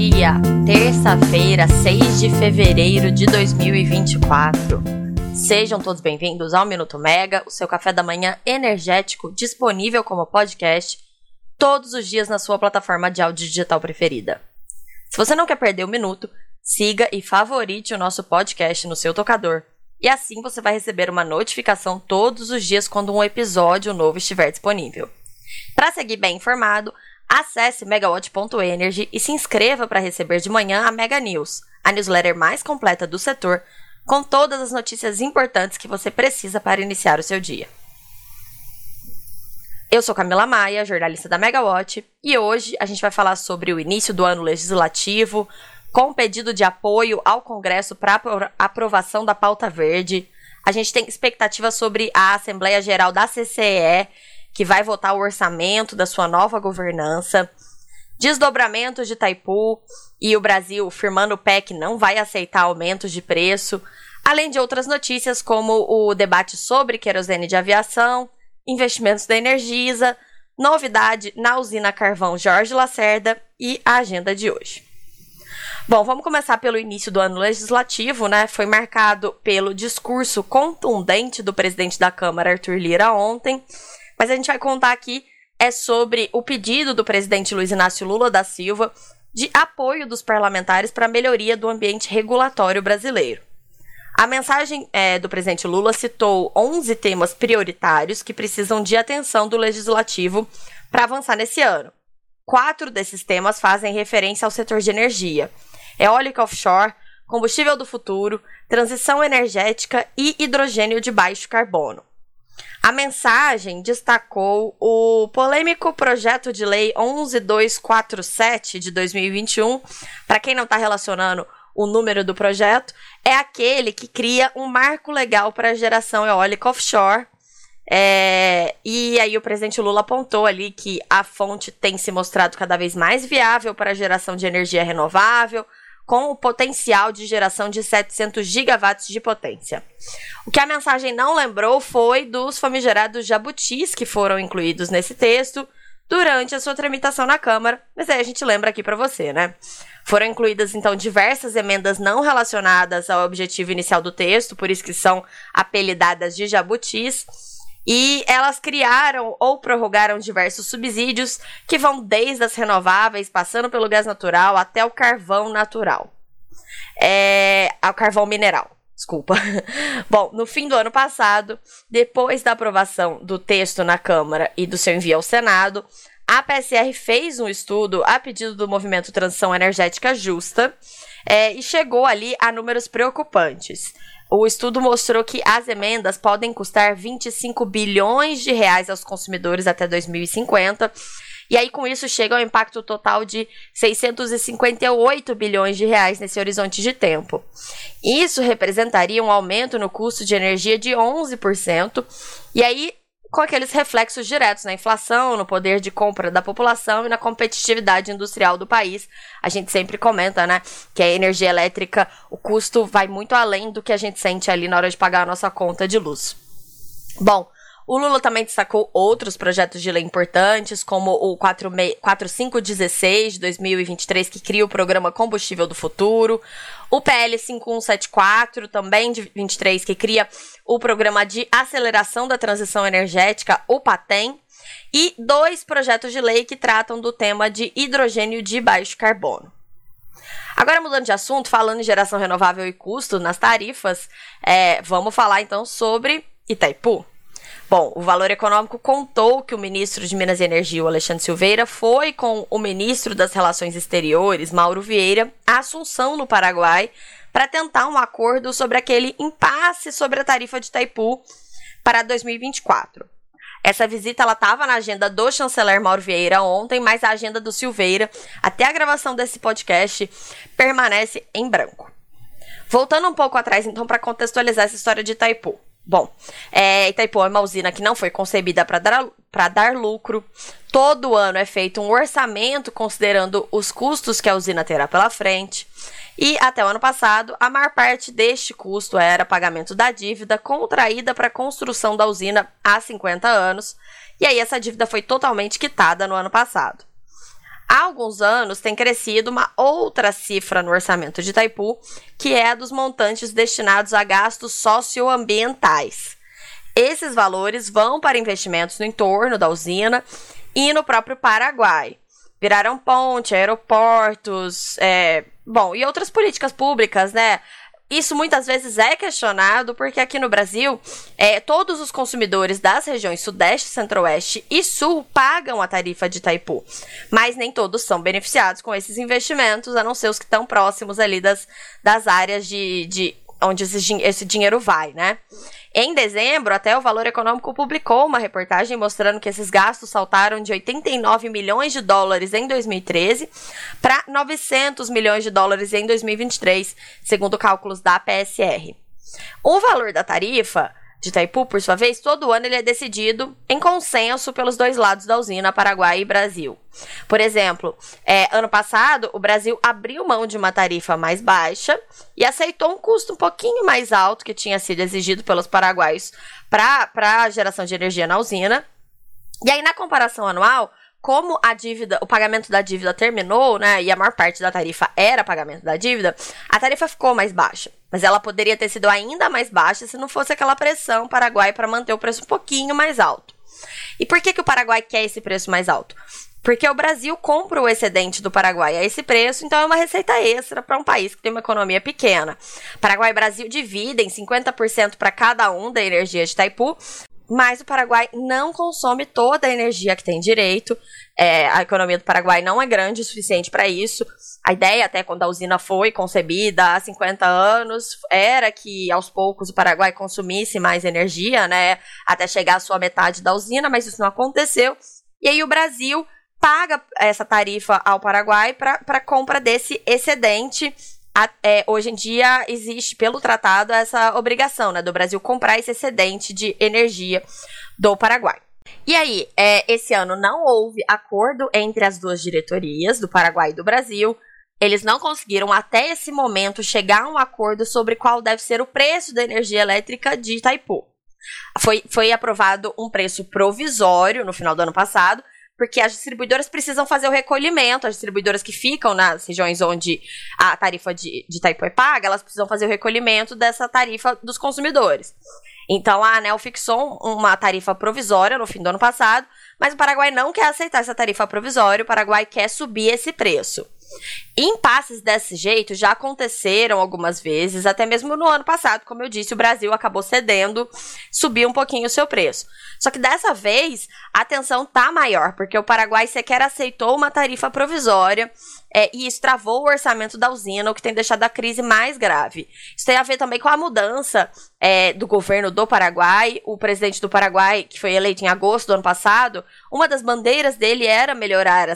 dia! Terça-feira, 6 de fevereiro de 2024. Sejam todos bem-vindos ao Minuto Mega, o seu café da manhã energético, disponível como podcast todos os dias na sua plataforma de áudio digital preferida. Se você não quer perder o minuto, siga e favorite o nosso podcast no seu tocador. E assim você vai receber uma notificação todos os dias quando um episódio novo estiver disponível. Para seguir bem informado, acesse megawatt.energy e se inscreva para receber de manhã a Mega News, a newsletter mais completa do setor, com todas as notícias importantes que você precisa para iniciar o seu dia. Eu sou Camila Maia, jornalista da Megawatt, e hoje a gente vai falar sobre o início do ano legislativo, com pedido de apoio ao Congresso para aprovação da pauta verde. A gente tem expectativa sobre a Assembleia Geral da CCE, que vai votar o orçamento da sua nova governança, desdobramentos de Itaipu e o Brasil firmando o PEC não vai aceitar aumentos de preço, além de outras notícias como o debate sobre querosene de aviação, investimentos da Energisa, novidade na usina Carvão Jorge Lacerda e a agenda de hoje. Bom, vamos começar pelo início do ano legislativo, né? Foi marcado pelo discurso contundente do presidente da Câmara, Arthur Lira, ontem. Mas a gente vai contar aqui sobre o pedido do presidente Luiz Inácio Lula da Silva de apoio dos parlamentares para a melhoria do ambiente regulatório brasileiro. A mensagem do presidente Lula citou 11 temas prioritários que precisam de atenção do legislativo para avançar nesse ano. 4 desses temas fazem referência ao setor de energia: eólica offshore, combustível do futuro, transição energética e hidrogênio de baixo carbono. A mensagem destacou o polêmico projeto de lei 11247 de 2021. Para quem não está relacionando o número do projeto, é aquele que cria um marco legal para a geração eólica offshore. E aí o presidente Lula apontou ali que a fonte tem se mostrado cada vez mais viável para a geração de energia renovável, com o potencial de geração de 700 gigawatts de potência. O que a mensagem não lembrou foi dos famigerados jabutis que foram incluídos nesse texto durante a sua tramitação na Câmara, mas aí a gente lembra aqui para você, né? Foram incluídas, então, diversas emendas não relacionadas ao objetivo inicial do texto, por isso que são apelidadas de jabutis, e elas criaram ou prorrogaram diversos subsídios que vão desde as renováveis, passando pelo gás natural, até o carvão natural. Ao carvão mineral, desculpa. Bom, no fim do ano passado, depois da aprovação do texto na Câmara e do seu envio ao Senado, a PSR fez um estudo a pedido do Movimento Transição Energética Justa e chegou ali a números preocupantes. O estudo mostrou que as emendas podem custar 25 bilhões de reais aos consumidores até 2050, e aí com isso chega ao impacto total de 658 bilhões de reais nesse horizonte de tempo. Isso representaria um aumento no custo de energia de 11%, e aí com aqueles reflexos diretos na inflação, no poder de compra da população e na competitividade industrial do país. A gente sempre comenta, né, que a energia elétrica, o custo vai muito além do que a gente sente ali na hora de pagar a nossa conta de luz. Bom, o Lula também destacou outros projetos de lei importantes, como o 4516 de 2023, que cria o programa Combustível do Futuro, o PL 5174, também de 23, que cria o programa de aceleração da transição energética, o PATEM, e 2 projetos de lei que tratam do tema de hidrogênio de baixo carbono. Agora, mudando de assunto, falando em geração renovável e custo nas tarifas, vamos falar então sobre Itaipu. Bom, o Valor Econômico contou que o ministro de Minas e Energia, o Alexandre Silveira, foi com o ministro das Relações Exteriores, Mauro Vieira, a Assunção, no Paraguai, para tentar um acordo sobre aquele impasse sobre a tarifa de Itaipu para 2024. Essa visita estava na agenda do chanceler Mauro Vieira ontem, mas a agenda do Silveira, até a gravação desse podcast, permanece em branco. Voltando um pouco atrás, então, para contextualizar essa história de Itaipu. Bom, Itaipu é uma usina que não foi concebida para dar lucro. Todo ano é feito um orçamento considerando os custos que a usina terá pela frente. E até o ano passado, a maior parte deste custo era pagamento da dívida contraída para a construção da usina há 50 anos. E aí essa dívida foi totalmente quitada no ano passado. Há alguns anos tem crescido uma outra cifra no orçamento de Itaipu, que é a dos montantes destinados a gastos socioambientais. Esses valores vão para investimentos no entorno da usina e no próprio Paraguai. Viraram ponte, aeroportos, e outras políticas públicas, né? Isso muitas vezes é questionado porque aqui no Brasil, todos os consumidores das regiões Sudeste, Centro-Oeste e Sul pagam a tarifa de Itaipu, mas nem todos são beneficiados com esses investimentos, a não ser os que estão próximos ali das áreas de onde esse dinheiro vai, né? Em dezembro, até o Valor Econômico publicou uma reportagem mostrando que esses gastos saltaram de 89 milhões de dólares em 2013 para 900 milhões de dólares em 2023, segundo cálculos da PSR. O valor da tarifa de Itaipu, por sua vez, todo ano ele é decidido em consenso pelos dois lados da usina, Paraguai e Brasil. Por exemplo, ano passado, o Brasil abriu mão de uma tarifa mais baixa e aceitou um custo um pouquinho mais alto que tinha sido exigido pelos paraguaios para a geração de energia na usina. E aí, na comparação anual, como o pagamento da dívida terminou, né, e a maior parte da tarifa era pagamento da dívida, a tarifa ficou mais baixa. Mas ela poderia ter sido ainda mais baixa se não fosse aquela pressão Paraguai para manter o preço um pouquinho mais alto. E por que o Paraguai quer esse preço mais alto? Porque o Brasil compra o excedente do Paraguai a esse preço, então é uma receita extra para um país que tem uma economia pequena. Paraguai e Brasil dividem 50% para cada um da energia de Itaipu, mas o Paraguai não consome toda a energia que tem direito. A economia do Paraguai não é grande o suficiente para isso. A ideia, até quando a usina foi concebida há 50 anos, era que aos poucos o Paraguai consumisse mais energia, né, até chegar à sua metade da usina, mas isso não aconteceu. E aí o Brasil paga essa tarifa ao Paraguai para compra desse excedente. Hoje em dia existe pelo tratado essa obrigação, né, do Brasil comprar esse excedente de energia do Paraguai. E aí, esse ano não houve acordo entre as duas diretorias, do Paraguai e do Brasil. Eles não conseguiram até esse momento chegar a um acordo sobre qual deve ser o preço da energia elétrica de Itaipu. Foi aprovado um preço provisório no final do ano passado, porque as distribuidoras precisam fazer o recolhimento, as distribuidoras que ficam nas regiões onde a tarifa de Itaipu é paga, elas precisam fazer o recolhimento dessa tarifa dos consumidores. Então, a ANEEL fixou uma tarifa provisória no fim do ano passado, mas o Paraguai não quer aceitar essa tarifa provisória, o Paraguai quer subir esse preço. Impasses desse jeito já aconteceram algumas vezes, até mesmo no ano passado, como eu disse, o Brasil acabou cedendo, subiu um pouquinho o seu preço. Só que dessa vez a tensão tá maior, porque o Paraguai sequer aceitou uma tarifa provisória e isso travou o orçamento da usina, o que tem deixado a crise mais grave. Isso tem a ver também com a mudança do governo do Paraguai. O presidente do Paraguai, que foi eleito em agosto do ano passado, uma das bandeiras dele era melhorar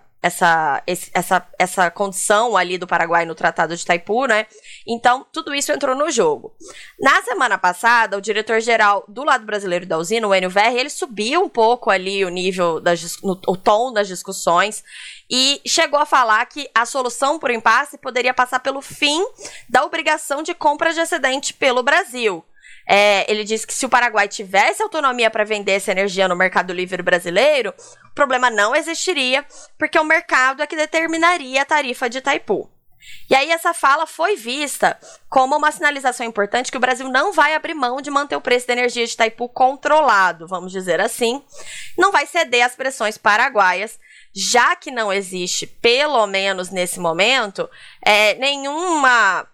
essa condição ali do Paraguai no Tratado de Itaipu, né? Então, tudo isso entrou no jogo. Na semana passada, o diretor-geral do lado brasileiro da usina, o Enio Verri, ele subiu um pouco ali o nível, o tom das discussões e chegou a falar que a solução para o impasse poderia passar pelo fim da obrigação de compra de excedente pelo Brasil. Ele disse que se o Paraguai tivesse autonomia para vender essa energia no mercado livre brasileiro, o problema não existiria, porque o mercado é que determinaria a tarifa de Itaipu. E aí essa fala foi vista como uma sinalização importante que o Brasil não vai abrir mão de manter o preço da energia de Itaipu controlado, vamos dizer assim, não vai ceder às pressões paraguaias, já que não existe, pelo menos nesse momento, nenhuma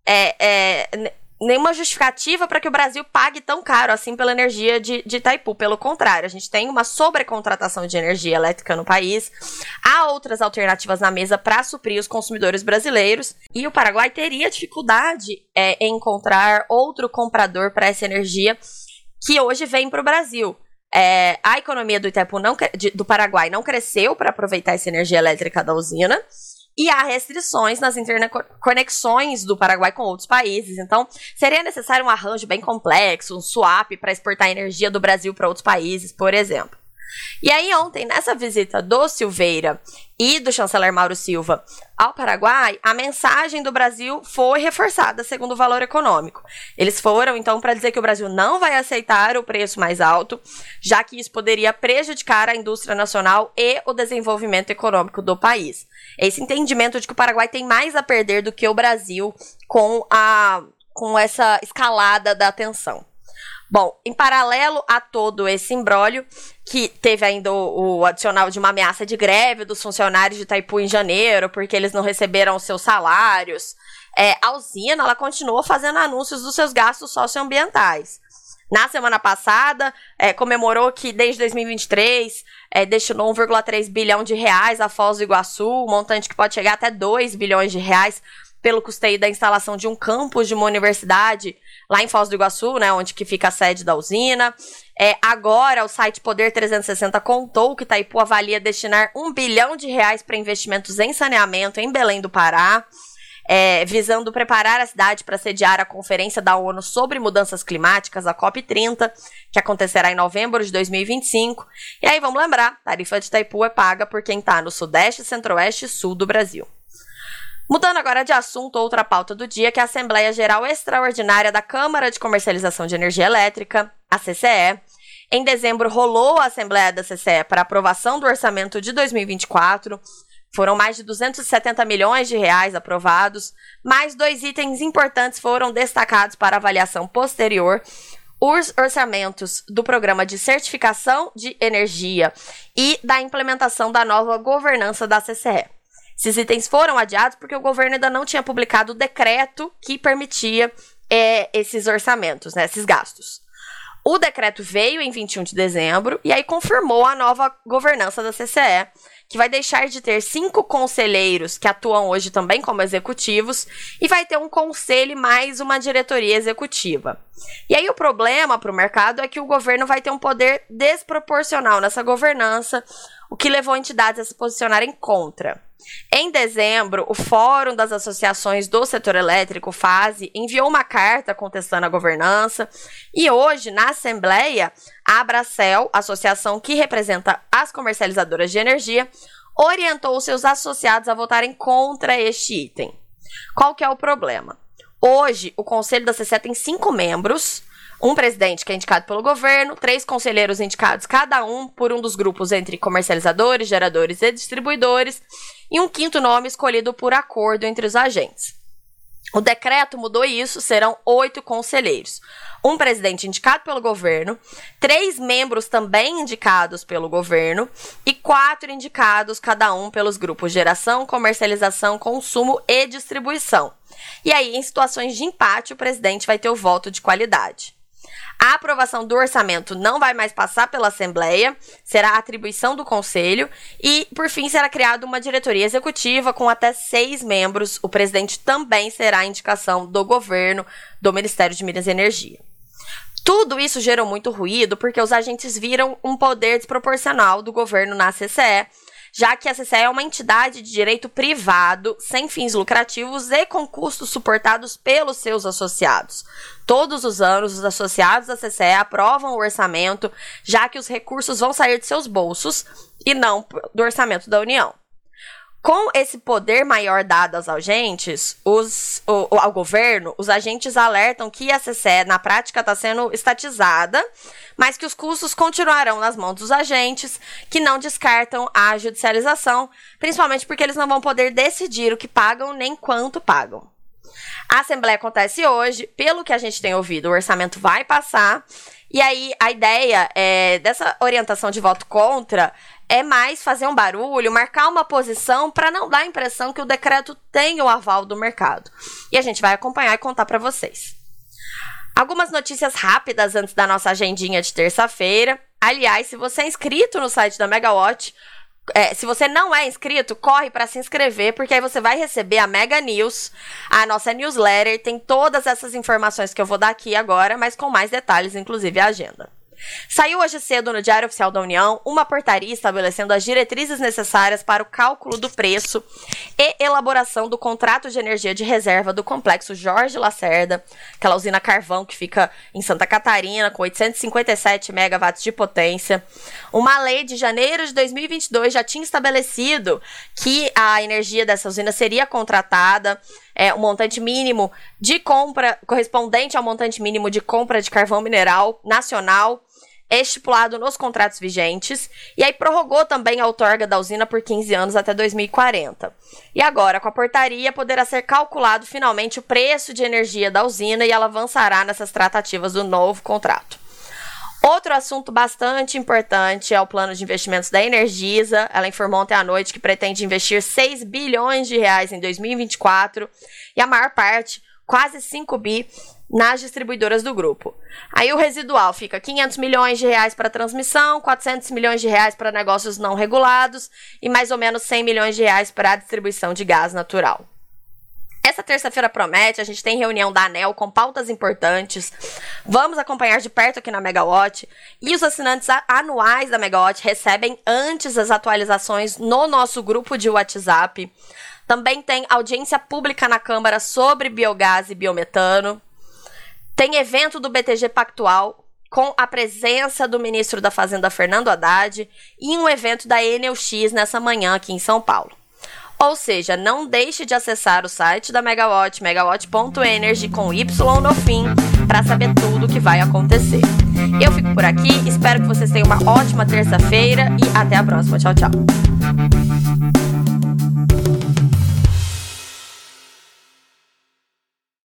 justificativa para que o Brasil pague tão caro assim pela energia de Itaipu. Pelo contrário, a gente tem uma sobrecontratação de energia elétrica no país. Há outras alternativas na mesa para suprir os consumidores brasileiros. E o Paraguai teria dificuldade em encontrar outro comprador para essa energia que hoje vem para o Brasil. A economia do Itaipu do Paraguai não cresceu para aproveitar essa energia elétrica da usina. E há restrições nas interconexões do Paraguai com outros países. Então, seria necessário um arranjo bem complexo, um swap para exportar energia do Brasil para outros países, por exemplo. E aí ontem, nessa visita do Silveira e do chanceler Mauro Silva ao Paraguai, a mensagem do Brasil foi reforçada segundo o Valor Econômico. Eles foram, então, para dizer que o Brasil não vai aceitar o preço mais alto, já que isso poderia prejudicar a indústria nacional e o desenvolvimento econômico do país. Esse entendimento de que o Paraguai tem mais a perder do que o Brasil com essa escalada da tensão. Bom, em paralelo a todo esse imbróglio, que teve ainda o adicional de uma ameaça de greve dos funcionários de Itaipu em janeiro, porque eles não receberam os seus salários, a usina ela continuou fazendo anúncios dos seus gastos socioambientais. Na semana passada, comemorou que desde 2023 destinou 1,3 bilhão de reais a Foz do Iguaçu, um montante que pode chegar até 2 bilhões de reais pelo custeio da instalação de um campus de uma universidade lá em Foz do Iguaçu, né, onde que fica a sede da usina. Agora, o site Poder 360 contou que Itaipu avalia destinar 1 bilhão de reais para investimentos em saneamento em Belém do Pará, visando preparar a cidade para sediar a Conferência da ONU sobre Mudanças Climáticas, a COP30, que acontecerá em novembro de 2025. E aí, vamos lembrar, a tarifa de Itaipu é paga por quem está no Sudeste, Centro-Oeste e Sul do Brasil. Mudando agora de assunto, outra pauta do dia, que é a Assembleia Geral Extraordinária da Câmara de Comercialização de Energia Elétrica, a CCE. Em dezembro, rolou a Assembleia da CCE para aprovação do orçamento de 2024. Foram mais de 270 milhões de reais aprovados. Mais 2 itens importantes foram destacados para avaliação posterior. Os orçamentos do Programa de Certificação de Energia e da implementação da nova governança da CCE. Esses itens foram adiados porque o governo ainda não tinha publicado o decreto que permitia esses orçamentos, né, esses gastos. O decreto veio em 21 de dezembro e aí confirmou a nova governança da CCE, que vai deixar de ter 5 conselheiros que atuam hoje também como executivos e vai ter um conselho mais uma diretoria executiva. E aí o problema para o mercado é que o governo vai ter um poder desproporcional nessa governança, o que levou entidades a se posicionarem contra. Em dezembro, o Fórum das Associações do Setor Elétrico, FASE, enviou uma carta contestando a governança e hoje, na Assembleia, a Abracel, associação que representa as comercializadoras de energia, orientou seus associados a votarem contra este item. Qual que é o problema? Hoje, o Conselho da CCE tem 5 membros, um presidente que é indicado pelo governo, 3 conselheiros indicados cada um por um dos grupos entre comercializadores, geradores e distribuidores, e um 5º nome escolhido por acordo entre os agentes. O decreto mudou isso, serão 8 conselheiros. Um presidente indicado pelo governo, 3 membros também indicados pelo governo e 4 indicados cada um pelos grupos geração, comercialização, consumo e distribuição. E aí, em situações de empate, o presidente vai ter o voto de qualidade. A aprovação do orçamento não vai mais passar pela Assembleia, será a atribuição do Conselho e, por fim, será criada uma diretoria executiva com até 6 membros. O presidente também será a indicação do governo do Ministério de Minas e Energia. Tudo isso gerou muito ruído porque os agentes viram um poder desproporcional do governo na CCE, já que a CCE é uma entidade de direito privado, sem fins lucrativos e com custos suportados pelos seus associados. Todos os anos, os associados da CCE aprovam o orçamento, já que os recursos vão sair de seus bolsos e não do orçamento da União. Com esse poder maior dado aos agentes, ao governo, os agentes alertam que a CCE, na prática, está sendo estatizada, mas que os custos continuarão nas mãos dos agentes, que não descartam a judicialização, principalmente porque eles não vão poder decidir o que pagam nem quanto pagam. A Assembleia acontece hoje, pelo que a gente tem ouvido, o orçamento vai passar, e aí a ideia dessa orientação de voto contra é mais fazer um barulho, marcar uma posição para não dar a impressão que o decreto tem o aval do mercado. E a gente vai acompanhar e contar para vocês. Algumas notícias rápidas antes da nossa agendinha de terça-feira. Aliás, se você é inscrito no site da Megawatt, se você não é inscrito, corre para se inscrever, porque aí você vai receber a Mega News, a nossa newsletter, tem todas essas informações que eu vou dar aqui agora, mas com mais detalhes, inclusive a agenda. Saiu hoje cedo no Diário Oficial da União uma portaria estabelecendo as diretrizes necessárias para o cálculo do preço e elaboração do contrato de energia de reserva do complexo Jorge Lacerda, aquela usina carvão que fica em Santa Catarina, com 857 megawatts de potência. Uma lei de janeiro de 2022 já tinha estabelecido que a energia dessa usina seria contratada, um montante mínimo de compra, correspondente ao montante mínimo de compra de carvão mineral nacional, estipulado nos contratos vigentes, e aí prorrogou também a outorga da usina por 15 anos até 2040. E agora, com a portaria, poderá ser calculado finalmente o preço de energia da usina e ela avançará nessas tratativas do novo contrato. Outro assunto bastante importante é o plano de investimentos da Energisa. Ela informou ontem à noite que pretende investir 6 bilhões de reais em 2024 e a maior parte, quase 5 bi, nas distribuidoras do grupo. Aí o residual fica 500 milhões de reais para transmissão, 400 milhões de reais para negócios não regulados e mais ou menos 100 milhões de reais para a distribuição de gás natural. Essa terça-feira promete, a gente tem reunião da ANEEL com pautas importantes. Vamos acompanhar de perto aqui na Megawatt. E os assinantes anuais da Megawatt recebem antes as atualizações no nosso grupo de WhatsApp. Também tem audiência pública na Câmara sobre biogás e biometano. Tem evento do BTG Pactual com a presença do ministro da Fazenda, Fernando Haddad, e um evento da Enel X nessa manhã aqui em São Paulo. Ou seja, não deixe de acessar o site da Megawatt, megawatt.energy com Y no fim, para saber tudo o que vai acontecer. Eu fico por aqui, espero que vocês tenham uma ótima terça-feira e até a próxima. Tchau, tchau.